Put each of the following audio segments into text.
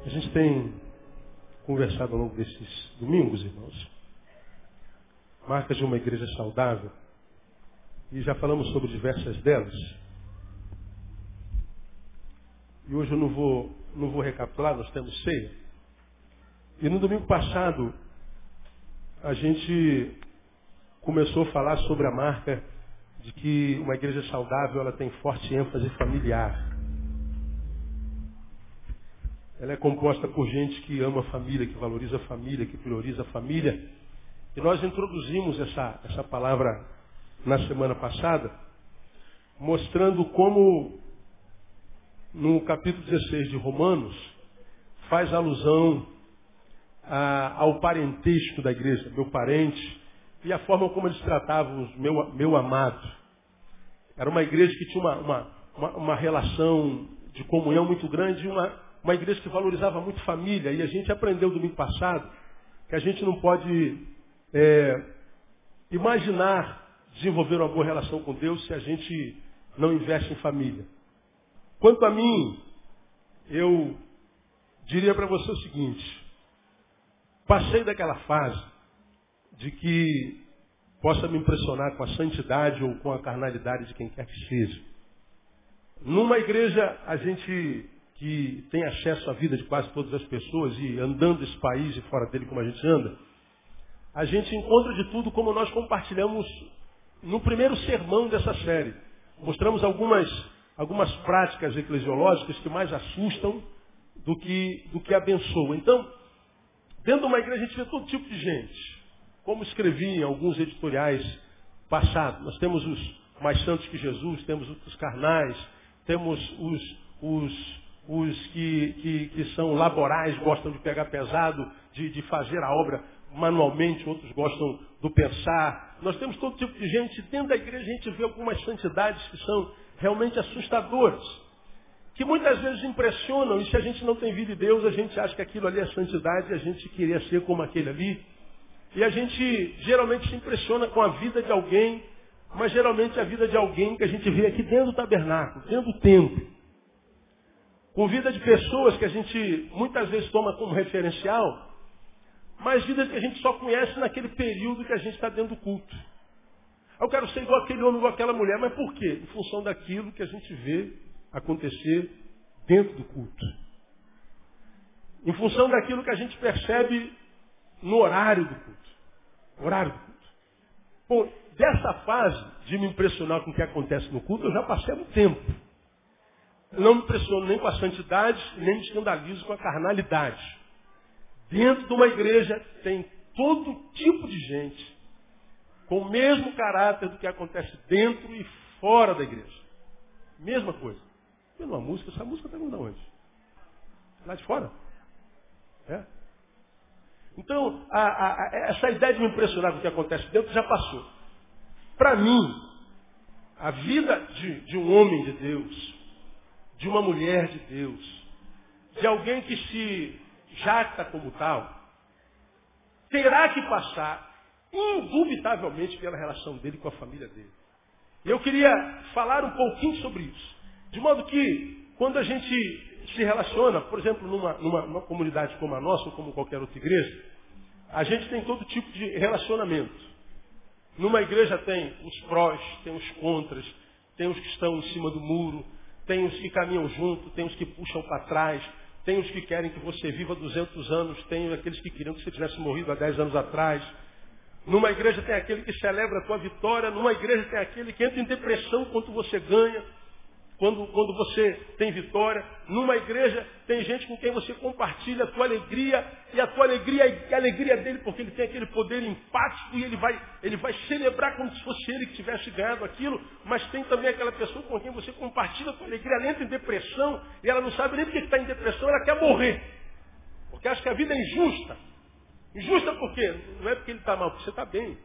A gente tem conversado ao longo desses domingos, irmãos, marcas de uma igreja saudável, e já falamos sobre diversas delas. E hoje eu não vou recapitular, nós temos ceia. E no domingo passado, a gente começou a falar sobre a marca de que uma igreja saudável ela tem forte ênfase familiar. Ela é composta por gente que ama a família, que valoriza a família, que prioriza a família. E nós introduzimos essa palavra na semana passada, mostrando como no capítulo 16 de Romanos faz alusão ao parentesco da igreja, meu parente, e a forma como eles tratavam os meu amado. Era uma igreja que tinha uma relação de comunhão muito grande, uma igreja que valorizava muito família. E a gente aprendeu domingo passado que a gente não pode imaginar desenvolver uma boa relação com Deus se a gente não investe em família. Quanto a mim, eu diria para você o seguinte: passei daquela fase de que possa me impressionar com a santidade ou com a carnalidade de quem quer que seja. Numa igreja, a gente que tem acesso à vida de quase todas as pessoas e andando esse país e fora dele como a gente anda, a gente encontra de tudo, como nós compartilhamos no primeiro sermão dessa série. Mostramos algumas práticas eclesiológicas que mais assustam do que abençoam. Então, dentro de uma igreja a gente vê todo tipo de gente. Como escrevi em alguns editoriais passados, nós temos os mais santos que Jesus, temos os carnais, temos os que são laborais, gostam de pegar pesado, de fazer a obra manualmente, outros gostam do pensar. Nós temos todo tipo de gente. Dentro da igreja a gente vê algumas santidades que são realmente assustadoras, que muitas vezes impressionam, e se a gente não tem vida de Deus, a gente acha que aquilo ali é santidade, e a gente queria ser como aquele ali. E a gente geralmente se impressiona com a vida de alguém, mas geralmente a vida de alguém que a gente vê aqui dentro do tabernáculo, dentro do templo. Com vida de pessoas que a gente muitas vezes toma como referencial, mas vidas que a gente só conhece naquele período que a gente está dentro do culto. Eu quero ser igual aquele homem, igual aquela mulher, mas por quê? Em função daquilo que a gente vê acontecer dentro do culto. Em função daquilo que a gente percebe no horário do culto. Horário do culto. Bom, dessa fase de me impressionar com o que acontece no culto, eu já passei há muito tempo. Eu não me impressiono nem com a santidade, nem me escandalizo com a carnalidade. Dentro de uma igreja tem todo tipo de gente com o mesmo caráter do que acontece dentro e fora da igreja. Mesma coisa. Tem uma música, essa música está vindo de onde? Lá de fora? É? Então, essa ideia de me impressionar com o que acontece dentro já passou. Para mim, a vida de um homem de Deus, de uma mulher de Deus, de alguém que se jacta como tal, terá que passar, indubitavelmente, pela relação dele com a família dele. E eu queria falar um pouquinho sobre isso. De modo que, quando a gente se relaciona, por exemplo, numa comunidade como a nossa, ou como qualquer outra igreja, a gente tem todo tipo de relacionamento. Numa igreja tem os prós, tem os contras, tem os que estão em cima do muro, tem os que caminham junto, tem os que puxam para trás, tem os que querem que você viva 200 anos, tem aqueles que queriam que você tivesse morrido há 10 anos atrás. Numa igreja tem aquele que celebra a tua vitória, numa igreja tem aquele que entra em depressão quando você ganha, quando você tem vitória. Numa igreja tem gente com quem você compartilha a tua alegria, e a tua alegria é a alegria dele, porque ele tem aquele poder empático e ele vai celebrar como se fosse ele que tivesse ganhado aquilo. Mas tem também aquela pessoa com quem você compartilha a tua alegria, ela entra em depressão e ela não sabe nem porque está em depressão, ela quer morrer, porque acha que a vida é injusta. Injusta por quê? Não é porque ele está mal, porque você está bem.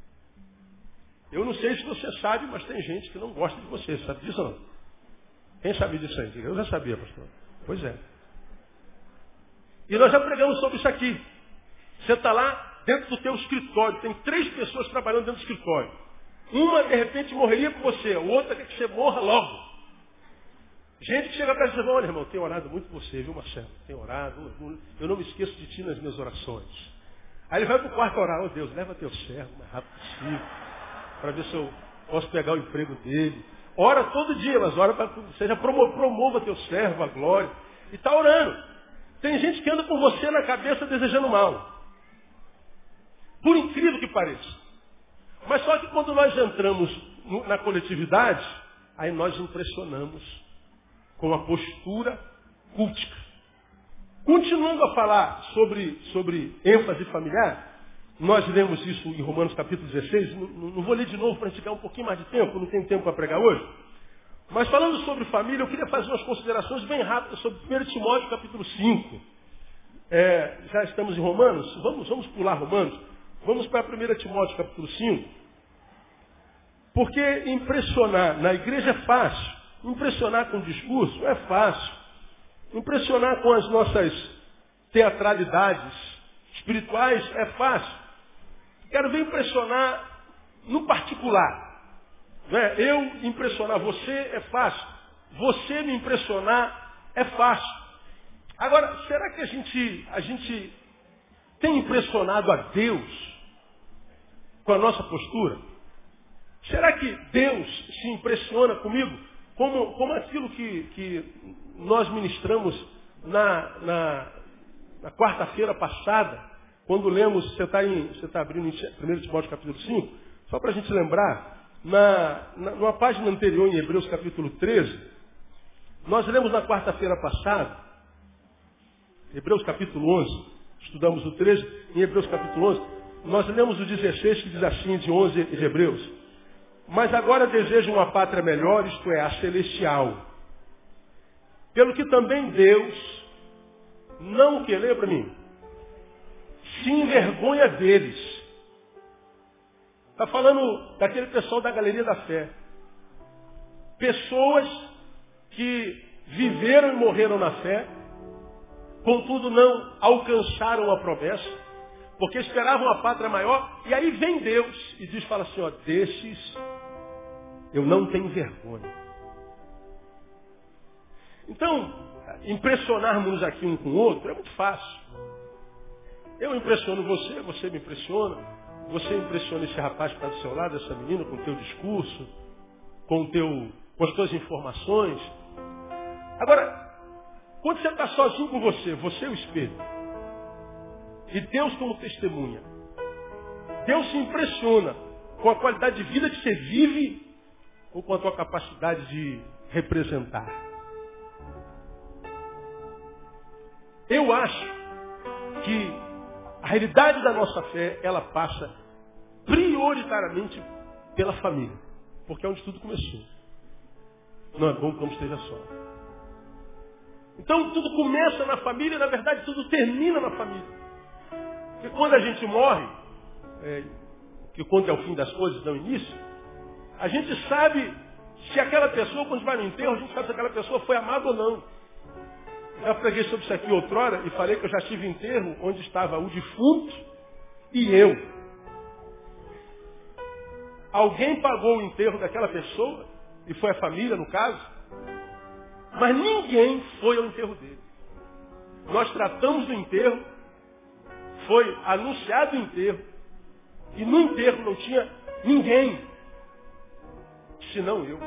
Eu não sei se você sabe, mas tem gente que não gosta de você, sabe disso ou não? Quem sabe disso aí? Eu já sabia, pastor. Pois é. E nós já pregamos sobre isso aqui. Você está lá dentro do teu escritório, tem 3 pessoas trabalhando dentro do escritório. Uma, de repente, morreria com você, a outra quer que você morra logo. Gente que chega perto e diz, olha, irmão, tenho orado muito por você, viu, Marcelo? Tenho orado, eu não me esqueço de ti nas minhas orações. Aí ele vai para o quarto orar, oh Deus, leva teu servo o mais rápido possível, para ver se eu posso pegar o emprego dele. Ora todo dia, mas ora para que seja promova teu servo, a glória. E está orando. Tem gente que anda com você na cabeça desejando mal. Por incrível que pareça. Mas só que quando nós entramos na coletividade, aí nós impressionamos com a postura cultica. Continuando a falar sobre ênfase familiar, nós lemos isso em Romanos capítulo 16, não vou ler de novo para a gente ficar um pouquinho mais de tempo, não tenho tempo para pregar hoje. Mas falando sobre família, eu queria fazer umas considerações bem rápidas sobre 1 Timóteo capítulo 5. Já estamos em Romanos, vamos pular Romanos, vamos para 1 Timóteo capítulo 5. Porque impressionar na igreja é fácil, impressionar com o discurso é fácil. Impressionar com as nossas teatralidades espirituais é fácil. Quero ver impressionar no particular. Né? Eu impressionar você é fácil. Você me impressionar é fácil. Agora, será que a gente tem impressionado a Deus com a nossa postura? Será que Deus se impressiona comigo como aquilo que nós ministramos na quarta-feira passada, quando lemos, você está abrindo em 1 Timóteo capítulo 5, só para a gente lembrar, numa página anterior, em Hebreus capítulo 13, nós lemos na quarta-feira passada, Hebreus capítulo 11, estudamos o 13, em Hebreus capítulo 11, nós lemos o 16 que diz assim, de 11 de Hebreus. Mas agora desejo uma pátria melhor, isto é, a celestial. Pelo que também Deus, não que, lê para mim, se envergonha deles. Está falando daquele pessoal da Galeria da Fé. Pessoas que viveram e morreram na fé, contudo não alcançaram a promessa, porque esperavam a pátria maior, e aí vem Deus e fala assim, ó, desses eu não tenho vergonha. Então, impressionarmos aqui um com o outro é muito fácil. Eu impressiono você, você me impressiona, você impressiona esse rapaz que está do seu lado, essa menina, com o teu discurso, com as tuas informações. Agora, quando você está sozinho com você é o espelho. E Deus como testemunha. Deus se impressiona com a qualidade de vida que você vive ou com a tua capacidade de representar. Eu acho que a realidade da nossa fé, ela passa prioritariamente pela família. Porque é onde tudo começou. Não é bom como esteja só. Então tudo começa na família, na verdade tudo termina na família. Porque quando a gente morre, que quando é o fim das coisas, não o início, a gente sabe se aquela pessoa, quando vai no enterro, a gente sabe se aquela pessoa foi amada ou não. Eu preguei sobre isso aqui outrora e falei que eu já tive enterro onde estava o defunto e eu. Alguém pagou o enterro daquela pessoa, e foi a família no caso, mas ninguém foi ao enterro dele. Nós tratamos do enterro, foi anunciado o enterro, e no enterro não tinha ninguém, senão eu.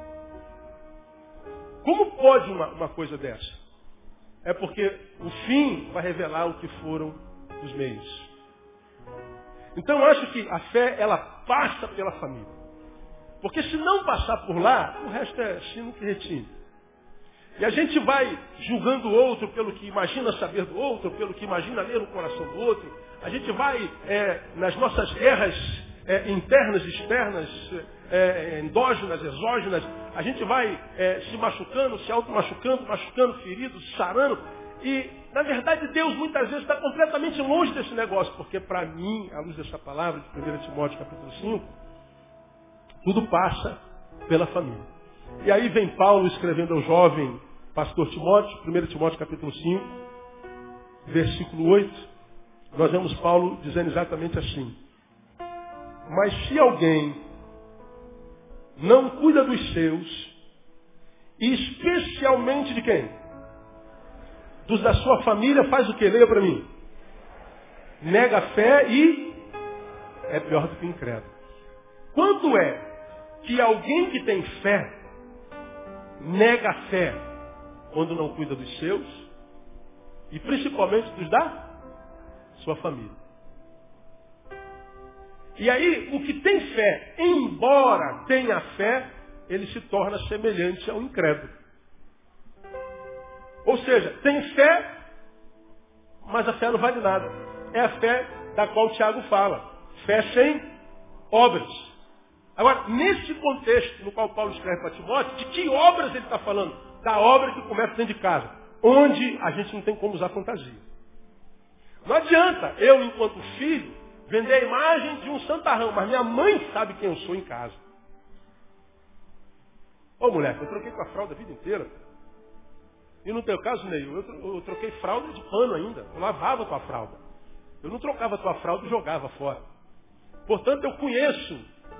Como pode uma coisa dessa? É porque o fim vai revelar o que foram os meios. Então eu acho que a fé, ela passa pela família. Porque se não passar por lá, o resto é sino que retine. E a gente vai julgando o outro pelo que imagina saber do outro, pelo que imagina ler no coração do outro. A gente vai nas nossas guerras internas, externas, endógenas, exógenas. A gente vai se machucando, se auto-machucando, machucando, ferido, sarando. E, na verdade, Deus muitas vezes está completamente longe desse negócio. Porque, para mim, à luz dessa palavra de 1 Timóteo capítulo 5, tudo passa pela família. E aí vem Paulo escrevendo ao jovem pastor Timóteo, 1 Timóteo capítulo 5, versículo 8. Nós vemos Paulo dizendo exatamente assim. Mas se alguém não cuida dos seus, E especialmente de quem? Dos da sua família, faz o quê? Leia para mim. Nega a fé e é pior do que o incrédulo. Quando é que alguém que tem fé nega a fé quando não cuida dos seus e principalmente dos da sua família? E aí, o que tem fé, embora tenha fé, ele se torna semelhante ao incrédulo. Ou seja, tem fé, mas a fé não vale nada. É a fé da qual o Tiago fala. Fé sem obras. Agora, nesse contexto no qual Paulo escreve para Timóteo, de que obras ele está falando? Da obra que começa dentro de casa, onde a gente não tem como usar fantasia. Não adianta eu, enquanto filho, vender a imagem de um santarrão, mas minha mãe sabe quem eu sou em casa. Ô moleque, eu troquei com a fralda a vida inteira. E no teu caso, Ney, eu troquei fralda de pano ainda. Eu lavava tua fralda. Eu não trocava tua fralda e jogava fora. Portanto, eu conheço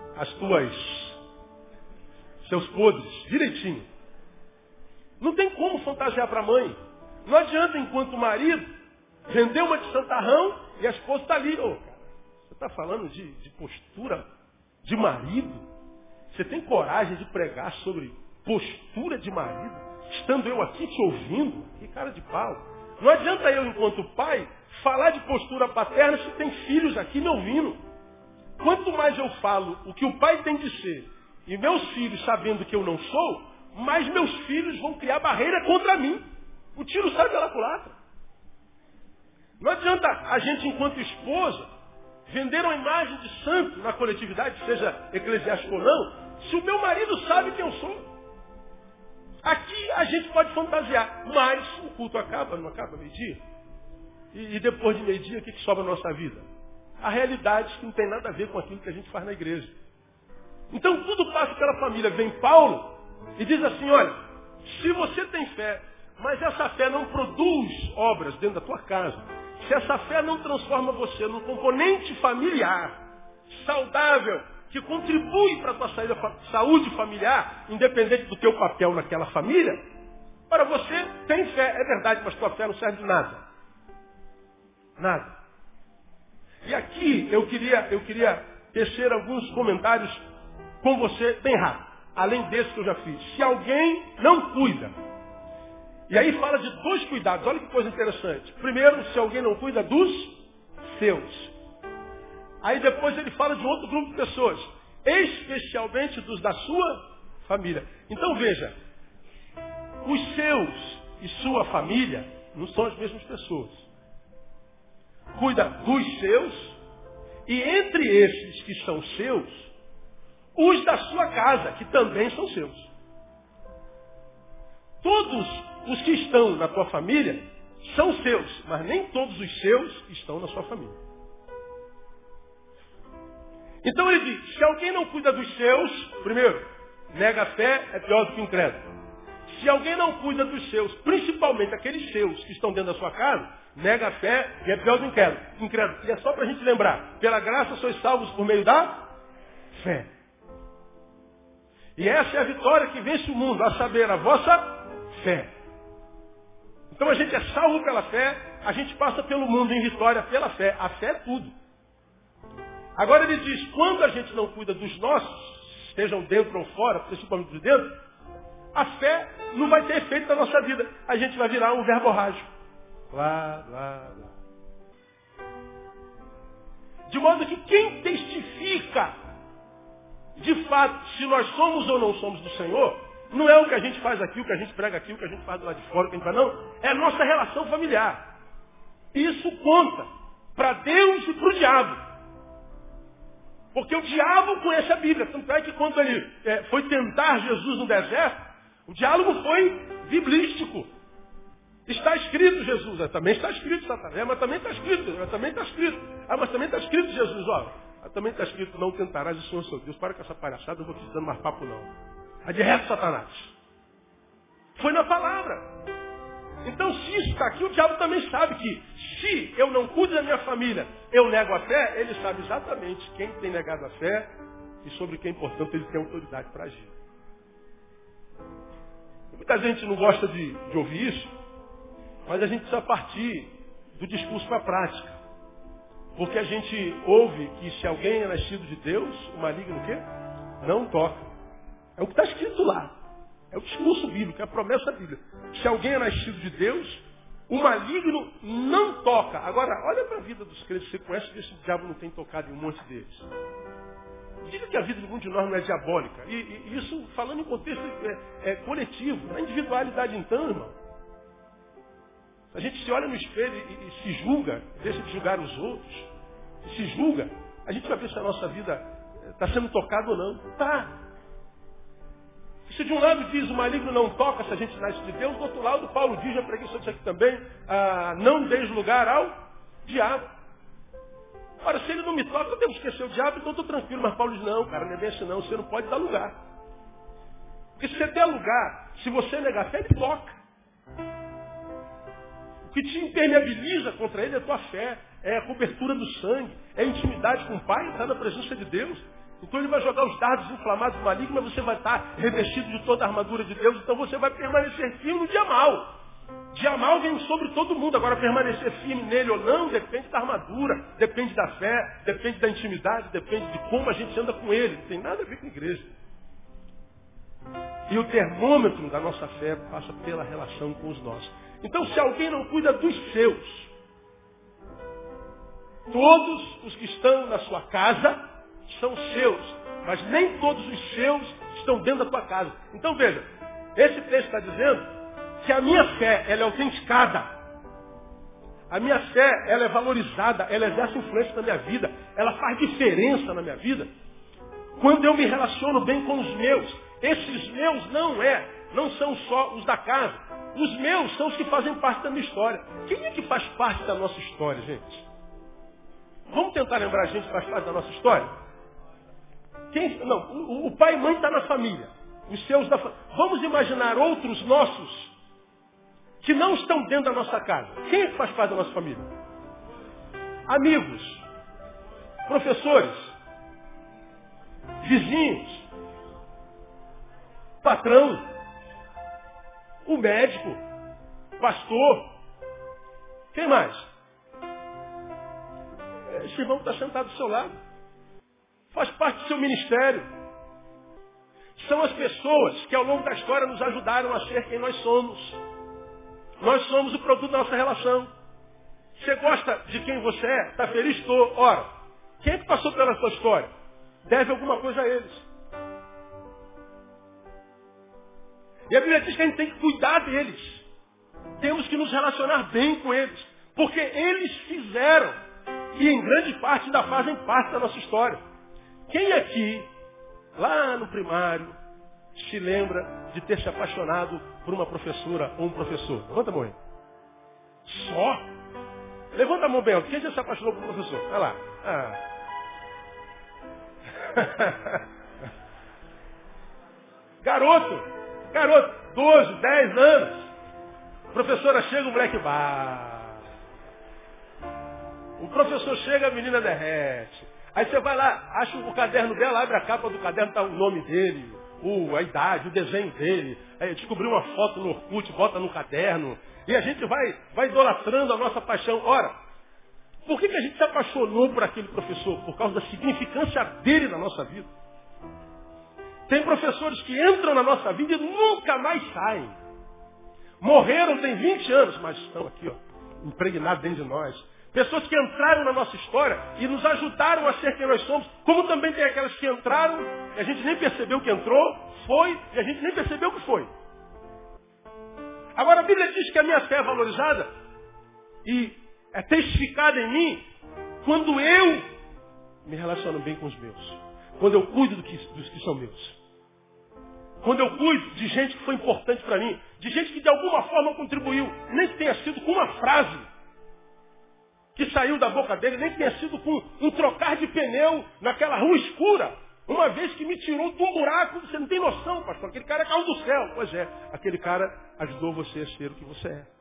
seus podres direitinho. Não tem como fantasiar para a mãe. Não adianta, enquanto marido, vender uma de santarrão e a esposa está ali. Ô, cara, você está falando de postura de marido? Você tem coragem de pregar sobre postura de marido? Estando eu aqui te ouvindo? Que cara de pau. Não adianta eu, enquanto pai, falar de postura paterna se tem filhos aqui me ouvindo. Quanto mais eu falo o que o pai tem de ser, e meus filhos sabendo que eu não sou, mais meus filhos vão criar barreira contra mim. O tiro sai pela culatra. Não adianta a gente, enquanto esposa, vender uma imagem de santo na coletividade, seja eclesiástica ou não, se o meu marido sabe quem eu sou. Aqui a gente pode fantasiar, mas o culto acaba, não acaba meio-dia? E depois de meio-dia, o que sobra na nossa vida? A realidade que não tem nada a ver com aquilo que a gente faz na igreja. Então tudo passa pela família. Vem Paulo e diz assim, olha, se você tem fé, mas essa fé não produz obras dentro da tua casa, se essa fé não transforma você num componente familiar, saudável, que contribui para a tua saúde familiar, independente do teu papel naquela família, para você tem fé, é verdade, mas tua fé não serve de nada. Nada. E aqui eu queria tecer alguns comentários com você bem rápido, além desse que eu já fiz. Se alguém não cuida, e aí fala de dois cuidados, olha que coisa interessante. Primeiro, se alguém não cuida dos seus. Aí depois ele fala de outro grupo de pessoas, especialmente dos da sua família. Então veja, os seus e sua família não são as mesmas pessoas. Cuida dos seus e entre esses que são seus, os da sua casa, que também são seus. Todos os que estão na tua família são seus, mas nem todos os seus estão na sua família. Então ele diz, se alguém não cuida dos seus, primeiro, nega a fé, é pior do que o incrédulo. Se alguém não cuida dos seus, principalmente aqueles seus que estão dentro da sua casa, nega a fé e é pior do que o incrédulo. E é só para a gente lembrar, pela graça sois salvos por meio da fé. E essa é a vitória que vence o mundo, a saber, a vossa fé. Então a gente é salvo pela fé, a gente passa pelo mundo em vitória pela fé. A fé é tudo. Agora ele diz, quando a gente não cuida dos nossos, estejam dentro ou fora, principalmente de dentro, a fé não vai ter efeito na nossa vida. A gente vai virar um verborrágico. Lá, lá, lá. De modo que quem testifica, de fato, se nós somos ou não somos do Senhor, não é o que a gente faz aqui, o que a gente prega aqui, o que a gente faz do lado de fora, o que a gente faz, não. É a nossa relação familiar. Isso conta para Deus e para o diabo. Porque o diabo conhece a Bíblia. Tanto é que quando ele foi tentar Jesus no deserto, o diálogo foi biblístico. Está escrito Jesus, também está escrito Satanás, mas também está escrito, também está escrito. Ah, mas também está escrito Jesus, ó. Também está escrito, não tentarás o Senhor seu Deus. Para com essa palhaçada, eu não vou te dando mais papo não. Aí de reto, Satanás. Foi na palavra. Então, se isso está aqui, o diabo também sabe que se eu não cuido da minha família, eu nego a fé, ele sabe exatamente quem tem negado a fé e sobre quem, portanto, ele tem autoridade para agir. Muita gente não gosta de ouvir isso, mas a gente precisa partir do discurso para a prática. Porque a gente ouve que se alguém é nascido de Deus, o maligno o quê? Não toca. É o que está escrito lá. É o discurso bíblico, é a promessa da Bíblia. Se alguém é nascido de Deus, o maligno não toca. Agora, olha para a vida dos crentes que você conhece, vê se o diabo não tem tocado em um monte deles. Diga que a vida de algum de nós não é diabólica. E isso falando em contexto coletivo, na individualidade então, irmão. A gente se olha no espelho e se julga, deixa de julgar os outros, e se julga, a gente vai ver se a nossa vida está sendo tocada ou não. Está. Se de um lado diz o maligno não toca se a gente nasce de Deus, do outro lado Paulo diz, já preguei sobre isso aqui também, não deis lugar ao diabo. Ora, se ele não me toca, eu devo esquecer o diabo, então eu estou tranquilo. Mas Paulo diz, não, cara, não é bem assim não, você não pode dar lugar. Porque se você der lugar, se você negar a fé, ele toca. O que te impermeabiliza contra ele é a tua fé, é a cobertura do sangue, é a intimidade com o Pai, está na presença de Deus. Então ele vai jogar os dardos inflamados do maligno, mas você vai estar revestido de toda a armadura de Deus, então você vai permanecer firme no dia mal. Dia mal vem sobre todo mundo, agora permanecer firme nele ou não, depende da armadura, depende da fé, depende da intimidade, depende de como a gente anda com ele, não tem nada a ver com a igreja. E o termômetro da nossa fé passa pela relação com os nossos. Então se alguém não cuida dos seus, todos os que estão na sua casa são seus, mas nem todos os seus estão dentro da tua casa. Então veja, esse texto está dizendo que a minha fé, ela é autenticada. A minha fé, ela é valorizada, ela exerce influência na minha vida, ela faz diferença na minha vida. Quando eu me relaciono bem com os meus, esses meus não são só os da casa. Os meus são os que fazem parte da minha história. Quem é que faz parte da nossa história, gente? Vamos tentar lembrar a gente que faz parte da nossa história? O pai e mãe está na família. Os seus da família. Vamos imaginar outros nossos que não estão dentro da nossa casa. Quem é que faz parte da nossa família? Amigos, professores, vizinhos, patrão, o médico, pastor. Quem mais? Esse irmão está sentado do seu lado. Faz parte do seu ministério. São as pessoas que ao longo da história nos ajudaram a ser quem nós somos. Nós somos o produto da nossa relação. Você gosta de quem você é? Está feliz? Estou. Ora, quem é que passou pela sua história? Deve alguma coisa a eles. E a Bíblia diz que a gente tem que cuidar deles. Temos que nos relacionar bem com eles. Porque eles fizeram e em grande parte ainda fazem parte da nossa história. Quem aqui, lá no primário, se lembra de ter se apaixonado por uma professora ou um professor? Levanta a mão aí. Só? Levanta a mão bem alto. Quem já se apaixonou por um professor? Olha lá. Garoto, 12, 10 anos. Professora chega, o moleque O professor chega, a menina derrete. Aí você vai lá, acha o caderno dela, abre a capa do caderno, está o nome dele, a idade, o desenho dele. Aí descobriu uma foto no Orkut, bota no caderno. E a gente vai idolatrando a nossa paixão. Ora, por que a gente se apaixonou por aquele professor? Por causa da significância dele na nossa vida. Tem professores que entram na nossa vida e nunca mais saem. Morreram tem 20 anos, mas estão aqui, impregnados dentro de nós. Pessoas que entraram na nossa história e nos ajudaram a ser quem nós somos, como também tem aquelas que entraram e a gente nem percebeu que entrou, foi, e a gente nem percebeu que foi. Agora a Bíblia diz que a minha fé é valorizada e é testificada em mim quando eu me relaciono bem com os meus. Quando eu cuido dos que são meus. Quando eu cuido de gente que foi importante para mim, de gente que de alguma forma contribuiu, nem que tenha sido com uma frase que saiu da boca dele, nem que tenha sido com um trocar de pneu naquela rua escura, uma vez que me tirou de um buraco. Você não tem noção, pastor, aquele cara caiu do céu. Pois é, aquele cara ajudou você a ser o que você é.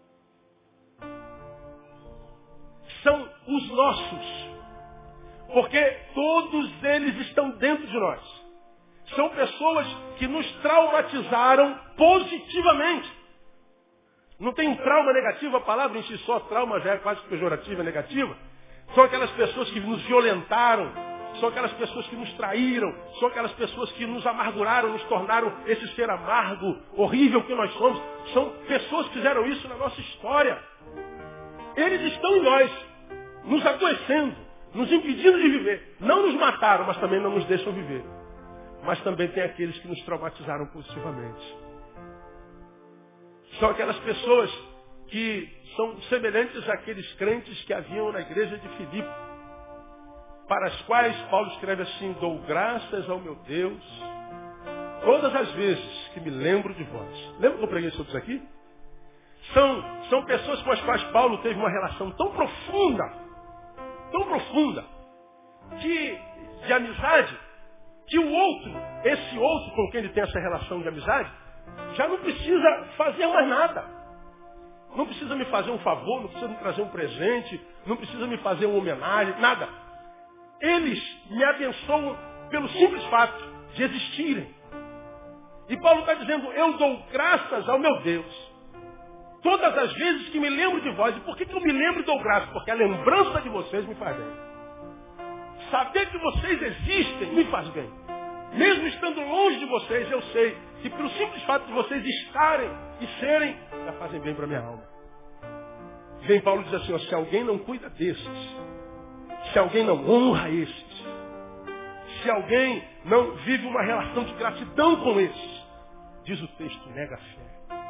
São os nossos, porque todos eles estão dentro de nós. São pessoas que nos traumatizaram positivamente. Não tem um trauma negativo, a palavra em si só, trauma já é quase pejorativa, negativa. São aquelas pessoas que nos violentaram, são aquelas pessoas que nos traíram, são aquelas pessoas que nos amarguraram, nos tornaram esse ser amargo, horrível que nós somos. São pessoas que fizeram isso na nossa história. Eles estão em nós, nos adoecendo, nos impedindo de viver. Não nos mataram, mas também não nos deixam viver. Mas também tem aqueles que nos traumatizaram positivamente. São aquelas pessoas que são semelhantes àqueles crentes que haviam na igreja de Filipe, para as quais Paulo escreve assim: dou graças ao meu Deus todas as vezes que me lembro de vós. Lembra que eu preguei sobre isso aqui? São pessoas com as quais Paulo teve uma relação tão profunda, de amizade, que o outro, esse outro com quem ele tem essa relação de amizade, já não precisa fazer mais nada. Não precisa me fazer um favor, não precisa me trazer um presente, não precisa me fazer uma homenagem, nada. Eles me abençoam pelo simples fato de existirem. E Paulo está dizendo: eu dou graças ao meu Deus todas as vezes que me lembro de vós. E por que eu me lembro e dou graças? Porque a lembrança de vocês me faz bem. Saber que vocês existem me faz bem. Mesmo estando longe de vocês, eu sei que pelo simples fato de vocês estarem e serem, já fazem bem para a minha alma. Vem Paulo diz assim: ó, se alguém não cuida desses, se alguém não honra esses, se alguém não vive uma relação de gratidão com esses, diz o texto, nega a fé.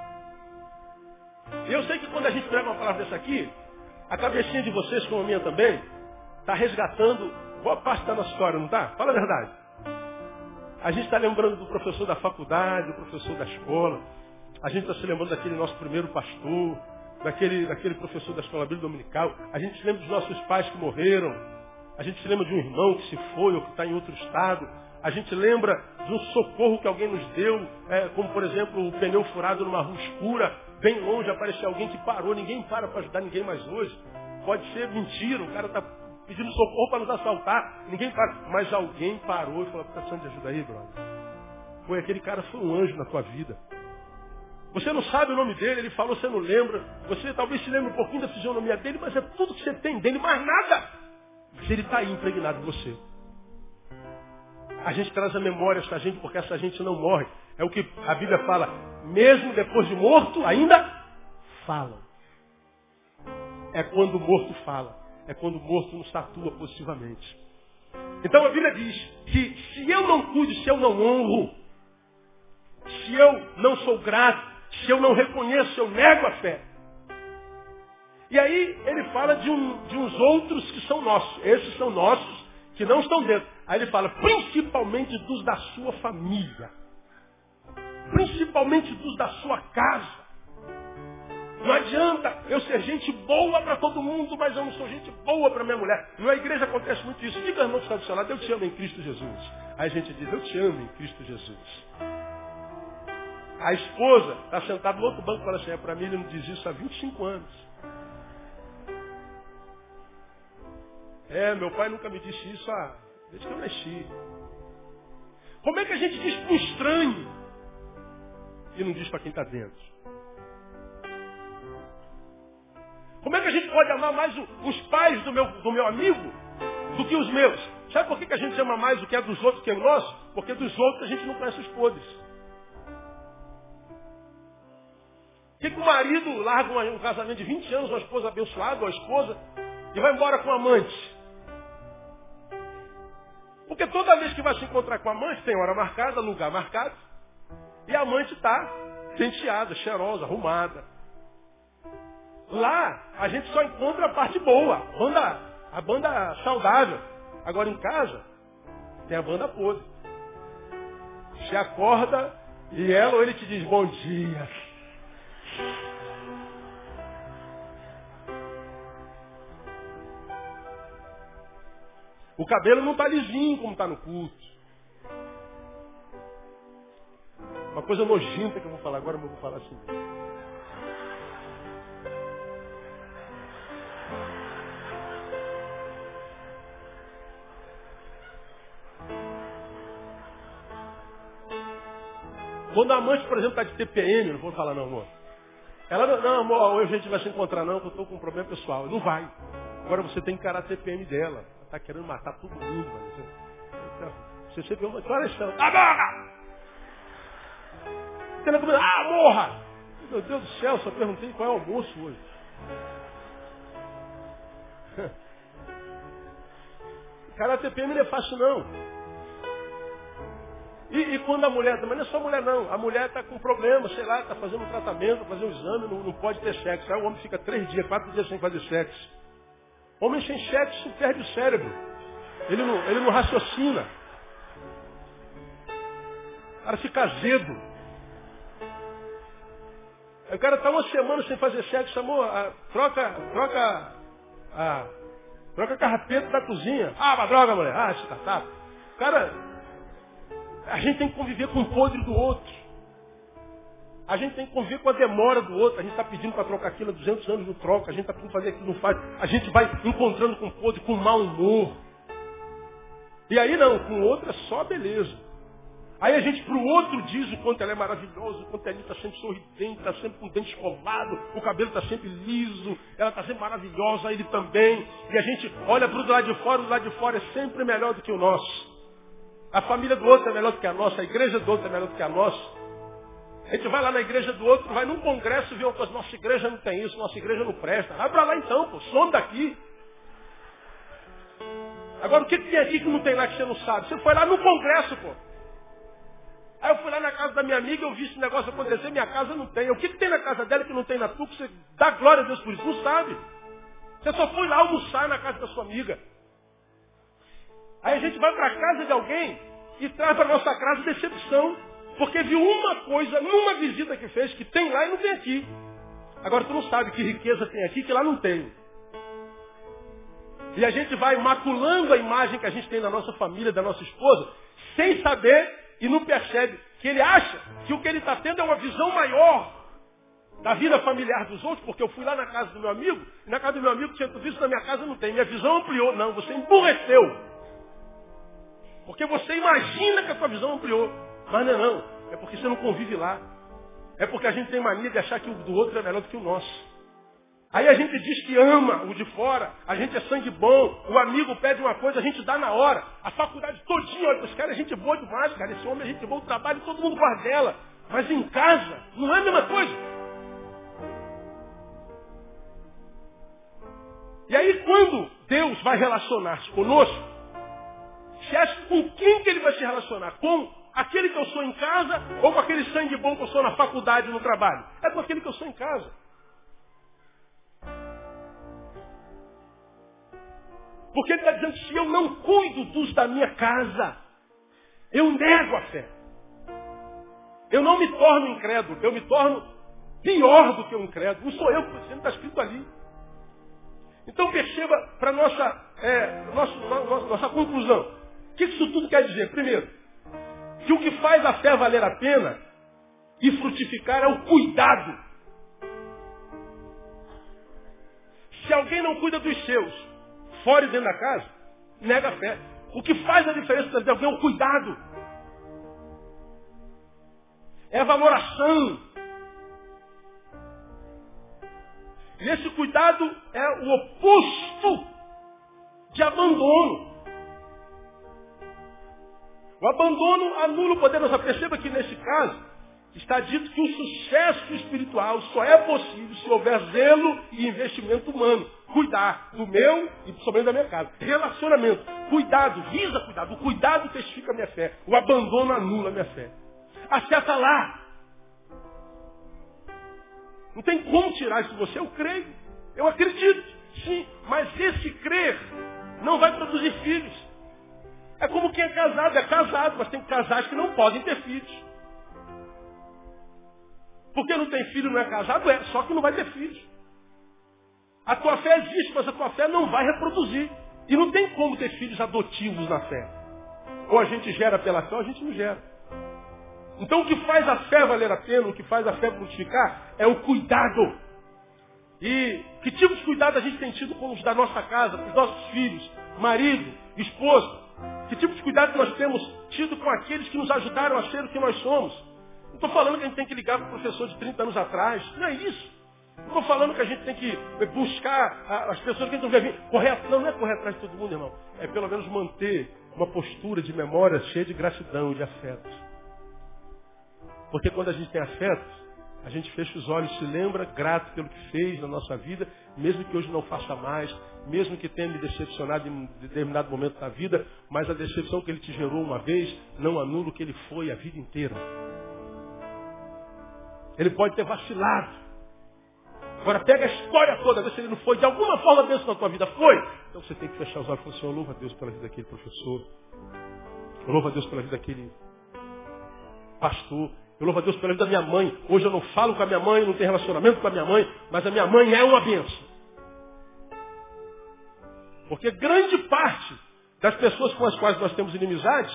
E eu sei que quando a gente prega uma palavra dessa aqui, a cabecinha de vocês, como a minha também, está resgatando boa parte da nossa história, não está? Fala a verdade. A gente está lembrando do professor da faculdade, do professor da escola. A gente está se lembrando daquele nosso primeiro pastor, daquele professor da escola bíblica dominical. A gente se lembra dos nossos pais que morreram. A gente se lembra de um irmão que se foi ou que está em outro estado. A gente lembra de um socorro que alguém nos deu, como por exemplo o pneu furado numa rua escura, bem longe, apareceu alguém que parou. Ninguém para ajudar ninguém mais hoje. Pode ser mentira, o cara está pedindo socorro para nos assaltar. Ninguém para. Mas alguém parou e falou: está precisando de ajuda aí, brother? Foi aquele cara, foi um anjo na tua vida. Você não sabe o nome dele, ele falou, você não lembra. Você talvez se lembre um pouquinho da fisionomia dele, mas é tudo que você tem dele, mais nada. Mas ele está aí impregnado em você. A gente traz a memória essa gente, porque essa gente não morre. É o que a Bíblia fala. Mesmo depois de morto, ainda falam. É quando o morto fala. É quando o morto nos tatua positivamente. Então a Bíblia diz que se eu não cuido, se eu não honro, se eu não sou grato, se eu não reconheço, eu nego a fé. E aí ele fala de uns outros que são nossos. Esses são nossos, que não estão dentro. Aí ele fala, principalmente dos da sua família. Principalmente dos da sua casa. Não adianta eu ser gente boa para todo mundo, mas eu não sou gente boa para minha mulher. Na igreja acontece muito isso. Diga, irmão que está do seu lado, eu te amo em Cristo Jesus. Aí a gente diz, eu te amo em Cristo Jesus. A esposa está sentada no outro banco e fala assim, para mim ele não diz isso há 25 anos. Meu pai nunca me disse isso desde que eu nasci. Como é que a gente diz para um estranho e não diz para quem está dentro? Como é que a gente pode amar mais os pais do meu amigo do que os meus? Sabe por que a gente ama mais o que é dos outros que é nosso? Porque dos outros a gente não conhece os podres. Por que o marido larga um casamento de 20 anos, uma esposa abençoada, uma esposa, e vai embora com a amante? Porque toda vez que vai se encontrar com a amante, tem hora marcada, lugar marcado, e a amante está penteada, cheirosa, arrumada. Lá, a gente só encontra a parte boa, a banda saudável. Agora em casa, tem a banda podre. Você acorda e ela ou ele te diz, bom dia. O cabelo não está lisinho como está no culto. Uma coisa nojenta que eu vou falar agora, mas eu vou falar assim. Quando a amante, por exemplo, está de TPM, não vou falar não, amor. Ela, não, amor, hoje a gente vai se encontrar não, que eu estou com um problema pessoal. Não vai. Agora você tem que encarar a TPM dela. Ela está querendo matar todo mundo, mano. Você sempre vê uma declaração. Ah, morra! Ah, morra! Meu Deus do céu, só perguntei qual é o almoço hoje. Cara, a TPM não é fácil não. E quando a mulher, também não é só a mulher não, a mulher está com problema, sei lá, está fazendo um tratamento, fazendo um exame, não pode ter sexo. Aí o homem fica 3 dias, 4 dias sem fazer sexo. Homem sem sexo perde o cérebro. Ele não raciocina. O cara fica azedo. Aí o cara está 1 semana sem fazer sexo, amor, troca carrapeto da cozinha. Ah, uma droga, mulher. Ah, esse tá. Cara, a gente tem que conviver com o podre do outro. A gente tem que conviver com a demora do outro. A gente está pedindo para trocar aquilo há 200 anos, não troca. A gente está pedindo fazer aquilo, não faz. A gente vai encontrando com o podre, com mau humor. E aí não, com o outro é só beleza. Aí a gente para o outro diz o quanto ela é maravilhosa, o quanto ela está sempre sorridente, está sempre com o dente escovado, o cabelo está sempre liso, ela está sempre maravilhosa, ele também. E a gente olha para o do lado de fora é sempre melhor do que o nosso. A família do outro é melhor do que a nossa, a igreja do outro é melhor do que a nossa. A gente vai lá na igreja do outro, vai num congresso e vê uma coisa, nossa igreja não tem isso, nossa igreja não presta. Vai para lá então, pô, some daqui. Agora o que tem aqui que não tem lá que você não sabe? Você foi lá no congresso, pô. Aí eu fui lá na casa da minha amiga, eu vi esse negócio acontecer, minha casa não tem. O que tem na casa dela que não tem na tua, que você dá glória a Deus por isso? Não sabe. Você só foi lá almoçar na casa da sua amiga. Aí a gente vai para a casa de alguém e traz para a nossa casa decepção. Porque viu uma coisa numa visita que fez que tem lá e não tem aqui. Agora tu não sabe que riqueza tem aqui que lá não tem. E a gente vai maculando a imagem que a gente tem da nossa família, da nossa esposa, sem saber e não percebe que ele acha que o que ele está tendo é uma visão maior da vida familiar dos outros, porque eu fui lá na casa do meu amigo, e na casa do meu amigo tinha tudo isso, na minha casa não tem. Minha visão ampliou. Não, você emburreceu. Porque você imagina que a sua visão ampliou. Mas não. É porque você não convive lá. É porque a gente tem mania de achar que o do outro é melhor do que o nosso. Aí a gente diz que ama o de fora. A gente é sangue bom. O amigo pede uma coisa, a gente dá na hora. A faculdade todinha, olha, os caras, é gente boa demais, cara. Esse homem é gente boa, o trabalho, todo mundo guarda dela. Mas em casa, não é a mesma coisa. E aí quando Deus vai relacionar-se conosco, você acha com quem que ele vai se relacionar? Com aquele que eu sou em casa ou com aquele sangue bom que eu sou na faculdade, no trabalho? É com aquele que eu sou em casa. Porque ele está dizendo, se eu não cuido dos da minha casa, eu nego a fé. Eu não me torno incrédulo, eu me torno pior do que um incrédulo. Não sou eu que estou dizendo, está escrito ali. Então perceba para nossa conclusão. O que isso tudo quer dizer? Primeiro, que o que faz a fé valer a pena e frutificar é o cuidado. Se alguém não cuida dos seus, fora e dentro da casa, nega a fé. O que faz a diferença de alguém é o cuidado. É a valoração. E esse cuidado é o oposto de abandono. O abandono anula o poder. Nós perceba que nesse caso está dito que o sucesso espiritual só é possível se houver zelo e investimento humano. Cuidar do meu e somente da minha casa. Relacionamento. Cuidado, visa cuidado. O cuidado testifica a minha fé. O abandono anula a minha fé. A fé está lá. Não tem como tirar isso de você. Eu creio. Eu acredito. Sim. Mas esse crer não vai produzir filhos. É como quem é casado, mas tem casais que não podem ter filhos. Porque não tem filho, não é casado, só que não vai ter filhos. A tua fé existe, mas a tua fé não vai reproduzir. E não tem como ter filhos adotivos na fé. Ou a gente gera pela fé, ou a gente não gera. Então o que faz a fé valer a pena, o que faz a fé frutificar, é o cuidado. E que tipo de cuidado a gente tem tido com os da nossa casa, com os nossos filhos, marido, esposa? Que tipo de cuidado nós temos tido com aqueles que nos ajudaram a ser o que nós somos? Não estou falando que a gente tem que ligar para o professor de 30 anos atrás. Não é isso. Não estou falando que a gente tem que buscar as pessoas que a gente não vê vir. Não é correr atrás de todo mundo, irmão. É pelo menos manter uma postura de memória cheia de gratidão, de afeto. Porque quando a gente tem afeto, a gente fecha os olhos, se lembra, grato pelo que fez na nossa vida, mesmo que hoje não faça mais, mesmo que tenha me decepcionado em determinado momento da vida, mas a decepção que ele te gerou uma vez não anula o que ele foi a vida inteira. Ele pode ter vacilado. Agora pega a história toda, vê se ele não foi de alguma forma Deus na tua vida. Foi! Então você tem que fechar os olhos e falar, Senhor, louva a Deus pela vida daquele professor. Eu louvo a Deus pela vida daquele pastor. Eu louvo a Deus pela vida da minha mãe. Hoje eu não falo com a minha mãe, não tenho relacionamento com a minha mãe, mas a minha mãe é uma bênção. Porque grande parte das pessoas com as quais nós temos inimizades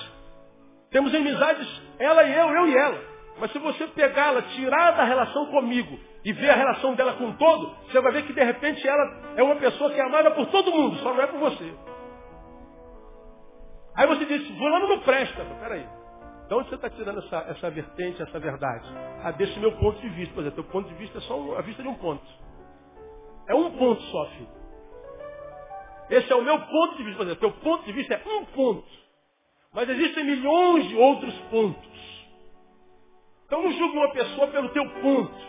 ela e eu e ela. Mas se você pegá-la, tirar da relação comigo e ver a relação dela com o todo, você vai ver que de repente ela é uma pessoa que é amada por todo mundo, só não é por você. Aí você diz, fulano não presta. Peraí. De onde você está tirando essa vertente, essa verdade? Desse meu ponto de vista. Por exemplo, teu ponto de vista é só a vista de um ponto. É um ponto só, filho. Esse é o meu ponto de vista. Por exemplo, teu ponto de vista é um ponto. Mas existem milhões de outros pontos. Então não julgue uma pessoa pelo teu ponto.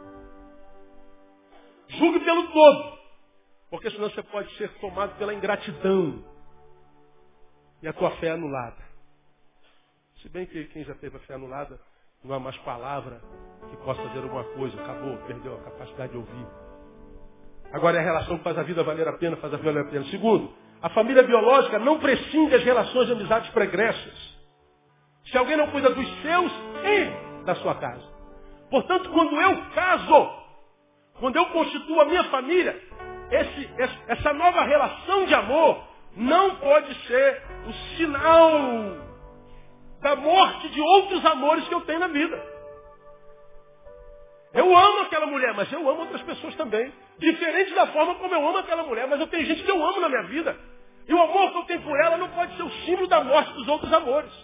Julgue pelo todo. Porque senão você pode ser tomado pela ingratidão. E a tua fé é anulada. Se bem que quem já teve a fé anulada, não há mais palavra que possa dizer alguma coisa. Acabou, perdeu a capacidade de ouvir. Agora é a relação que faz a vida valer a pena, faz a vida valer a pena. Segundo, a família biológica não prescinde das relações de amizades pregressas. Se alguém não cuida dos seus, e da sua casa. Portanto, quando eu caso, quando eu constituo a minha família, essa nova relação de amor não pode ser o sinal da morte de outros amores que eu tenho na vida. Eu amo aquela mulher, mas eu amo outras pessoas também. Diferente da forma como eu amo aquela mulher, mas eu tenho gente que eu amo na minha vida. E o amor que eu tenho por ela não pode ser o símbolo da morte dos outros amores.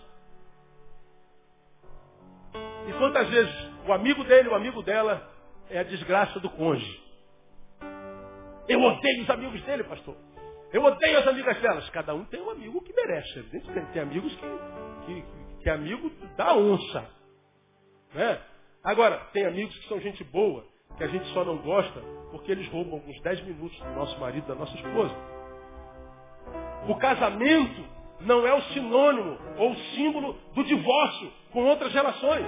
E quantas vezes o amigo dele, o amigo dela, é a desgraça do cônjuge. Eu odeio os amigos dele, pastor. Eu odeio as amigas delas. Cada um tem um amigo que merece. Tem amigos que amigo da onça. Né? Agora, tem amigos que são gente boa, que a gente só não gosta porque eles roubam uns 10 minutos do nosso marido, da nossa esposa. O casamento não é o sinônimo ou o símbolo do divórcio com outras relações.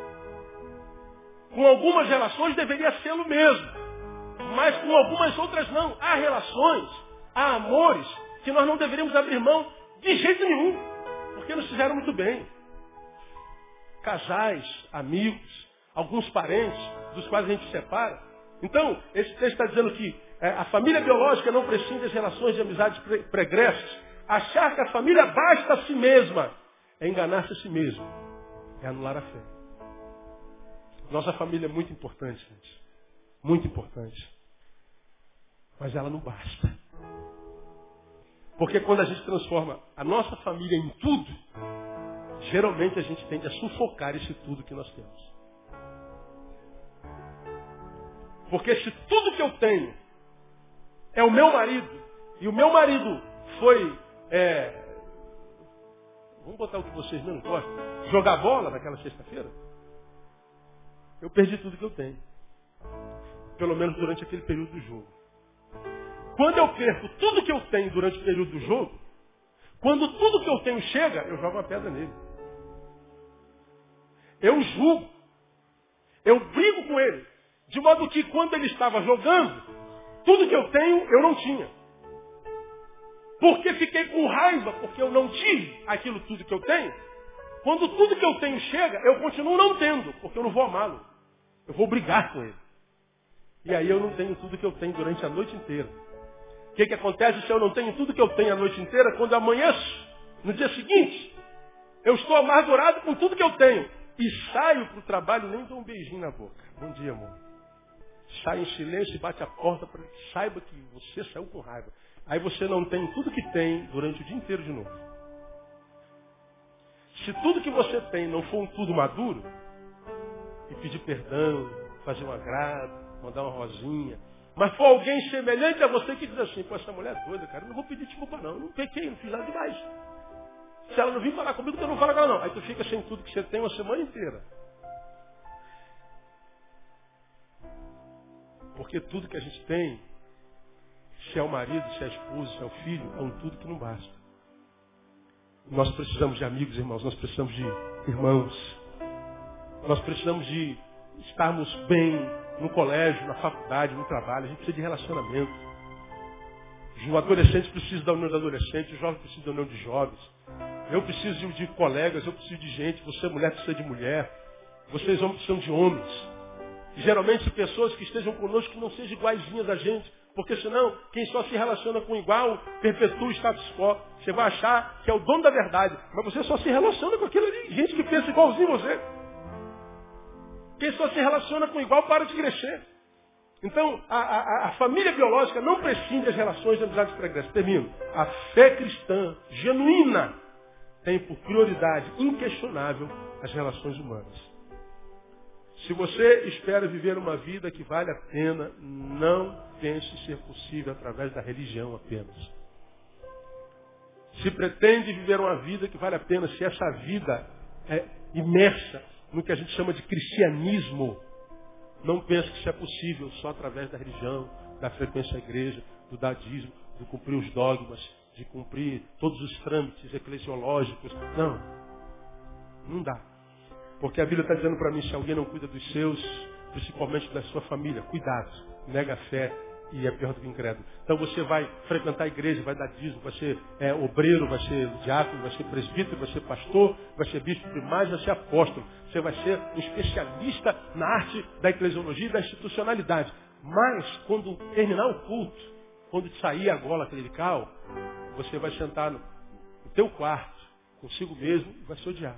Com algumas relações deveria ser o mesmo, mas com algumas outras não. Há relações, há amores que nós não deveríamos abrir mão de jeito nenhum, porque nos fizeram muito bem. Casais, amigos, alguns parentes dos quais a gente se separa. Então, esse texto está dizendo que a família biológica não prescinde das relações de amizades pregressas. Achar que a família basta a si mesma é enganar-se a si mesmo, é anular a fé. Nossa família é muito importante, gente. Muito importante. Mas ela não basta. Porque quando a gente transforma a nossa família em tudo, geralmente a gente tende a sufocar esse tudo que nós temos. Porque se tudo que eu tenho é o meu marido, e o meu marido foi, vamos botar o que vocês menos gostam, jogar bola naquela sexta-feira, eu perdi tudo que eu tenho. Pelo menos durante aquele período do jogo. Quando eu perco tudo que eu tenho durante o período do jogo, quando tudo que eu tenho chega, eu jogo uma pedra nele. Eu julgo. Eu brigo com ele. De modo que quando ele estava jogando, tudo que eu tenho, eu não tinha. Porque fiquei com raiva, porque eu não tive aquilo tudo que eu tenho. Quando tudo que eu tenho chega, eu continuo não tendo, porque eu não vou amá-lo. Eu vou brigar com ele. E aí eu não tenho tudo que eu tenho durante a noite inteira. O que acontece se eu não tenho tudo que eu tenho a noite inteira? Quando amanheço, no dia seguinte, eu estou amargurado com tudo que eu tenho. E saio para o trabalho, nem dou um beijinho na boca. Bom dia, amor. Sai em silêncio e bate a porta para que saiba que você saiu com raiva. Aí você não tem tudo que tem durante o dia inteiro de novo. Se tudo que você tem não for um tudo maduro, e pedir perdão, fazer um agrado, mandar uma rosinha. Mas for alguém semelhante a você que diz assim, pô, essa mulher é doida, cara, eu não vou pedir desculpa não, eu não pequei, não fiz nada demais. Se ela não vir falar comigo, tu não fala com ela não. Aí tu fica sem tudo que você tem uma semana inteira. Porque tudo que a gente tem, se é o marido, se é a esposa, se é o filho, é um tudo que não basta. Nós precisamos de amigos, irmãos, nós precisamos de irmãos. Nós precisamos de estarmos bem no colégio, na faculdade, no trabalho. A gente precisa de relacionamento. Os adolescentes precisam da união de adolescentes, os jovens precisam da união de jovens. Eu preciso de colegas, eu preciso de gente. Você, mulher, precisa de mulher. Vocês, homens, precisam de homens. E, geralmente, pessoas que estejam conosco que não sejam iguaizinhas a gente. Porque senão, quem só se relaciona com igual, perpetua o status quo. Você vai achar que é o dono da verdade. Mas você só se relaciona com aquilo ali. Gente que pensa igualzinho a você. Quem só se relaciona com igual para de crescer. Então, a família biológica não prescinde das relações de amizade pregressa. Termino. A fé cristã, genuína, tem por prioridade inquestionável as relações humanas. Se você espera viver uma vida que vale a pena, não pense ser possível através da religião apenas. Se pretende viver uma vida que vale a pena, se essa vida é imersa no que a gente chama de cristianismo, não pense que isso é possível só através da religião, da frequência à igreja, do dadismo, de cumprir os dogmas, de cumprir todos os trâmites eclesiológicos. Não. Não dá. Porque a Bíblia está dizendo para mim, se alguém não cuida dos seus, principalmente da sua família, cuidado, nega a fé e é pior do que incrédulo. Então você vai frequentar a igreja, vai dar dízimo, vai ser obreiro, vai ser diácono, vai ser presbítero, vai ser pastor, vai ser bispo primário, vai ser apóstolo. Você vai ser um especialista na arte da eclesiologia e da institucionalidade. Mas, quando terminar o culto, quando sair a gola clerical, você vai sentar no teu quarto, consigo mesmo, e vai se odiar.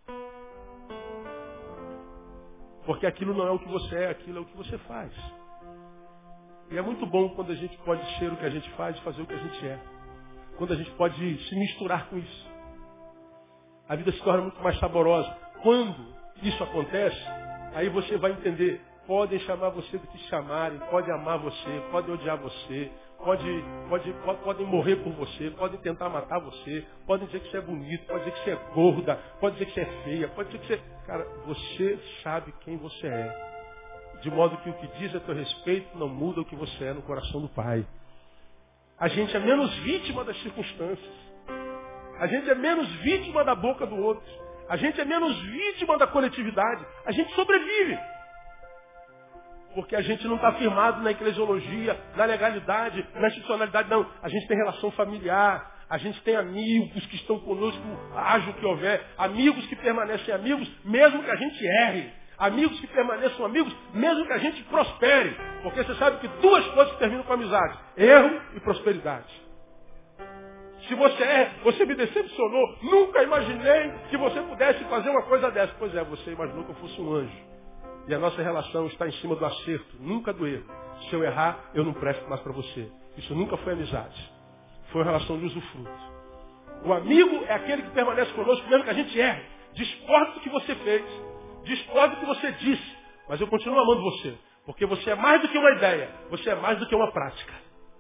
Porque aquilo não é o que você é, aquilo é o que você faz. E é muito bom quando a gente pode ser o que a gente faz e fazer o que a gente é. Quando a gente pode se misturar com isso. A vida se torna muito mais saborosa. Quando isso acontece, aí você vai entender. Podem chamar você do que chamarem, podem amar você, podem odiar você, podem morrer por você, podem tentar matar você, podem dizer que você é bonito, podem dizer que você é gorda, podem dizer que você é feia, podem dizer que você... Cara, você sabe quem você é. De modo que o que diz a teu respeito não muda o que você é no coração do Pai. A gente é menos vítima das circunstâncias. A gente é menos vítima da boca do outro. A gente é menos vítima da coletividade. A gente sobrevive. Porque a gente não está firmado na eclesiologia, na legalidade, na institucionalidade, não. A gente tem relação familiar, a gente tem amigos que estão conosco, haja o que houver. Amigos que permanecem amigos, mesmo que a gente erre. Amigos que permaneçam amigos, mesmo que a gente prospere. Porque você sabe que duas coisas terminam com amizade: erro e prosperidade. Se você erra, você me decepcionou. Nunca imaginei que você pudesse fazer uma coisa dessa. Pois é, você imaginou que eu fosse um anjo. E a nossa relação está em cima do acerto, nunca do erro. Se eu errar, eu não presto mais para você. Isso nunca foi amizade. Foi uma relação de usufruto. O amigo é aquele que permanece conosco mesmo que a gente erre. Discordo do que você fez. Discordo do que você disse. Mas eu continuo amando você. Porque você é mais do que uma ideia. Você é mais do que uma prática.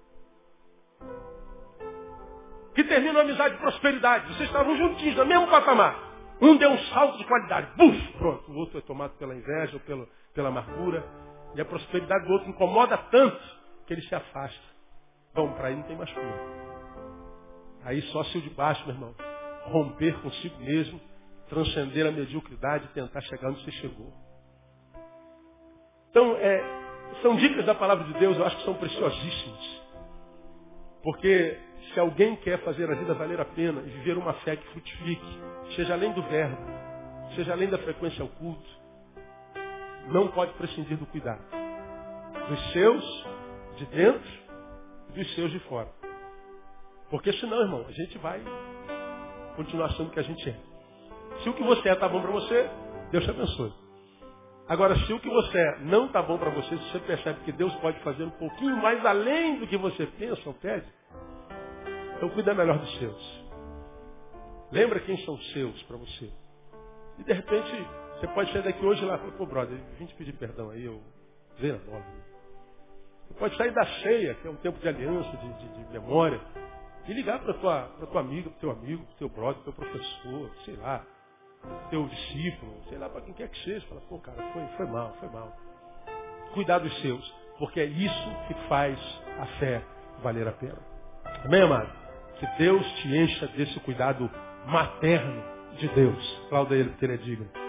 Que termina a amizade de prosperidade. Vocês estavam juntinhos, no mesmo patamar. Um deu um salto de qualidade. Buf! Pronto. O outro é tomado pela inveja ou pela amargura. E a prosperidade do outro incomoda tanto que ele se afasta. Bom, para aí não tem mais cura. Aí só se o de baixo, meu irmão, romper consigo mesmo, transcender a mediocridade e tentar chegar onde você chegou. Então, são dicas da palavra de Deus, eu acho que são preciosíssimas. Porque se alguém quer fazer a vida valer a pena e viver uma fé que frutifique, seja além do verbo, seja além da frequência ao culto, não pode prescindir do cuidado. Dos seus de dentro e dos seus de fora. Porque senão, irmão, a gente vai continuar sendo o que a gente é. Se o que você é está bom para você, Deus te abençoe. Agora, se o que você é não está bom para você, se você percebe que Deus pode fazer um pouquinho mais além do que você pensa ou pede, então cuida melhor dos seus. Lembra quem são os seus para você. E de repente, Você pode sair daqui hoje e lá, pô, brother, vim te pedir perdão aí, eu dei na bola. Você pode sair da ceia, que é um tempo de aliança, de memória, e ligar para tua amiga, para teu amigo, para teu brother, para teu professor, sei lá, teu discípulo, sei lá, para quem quer que seja. Fala, pô, cara, foi mal. Cuidar dos seus, porque é isso que faz a fé valer a pena. Amém, amado? Que Deus te encha desse cuidado materno de Deus. Aplauda ele, porque ele é digno.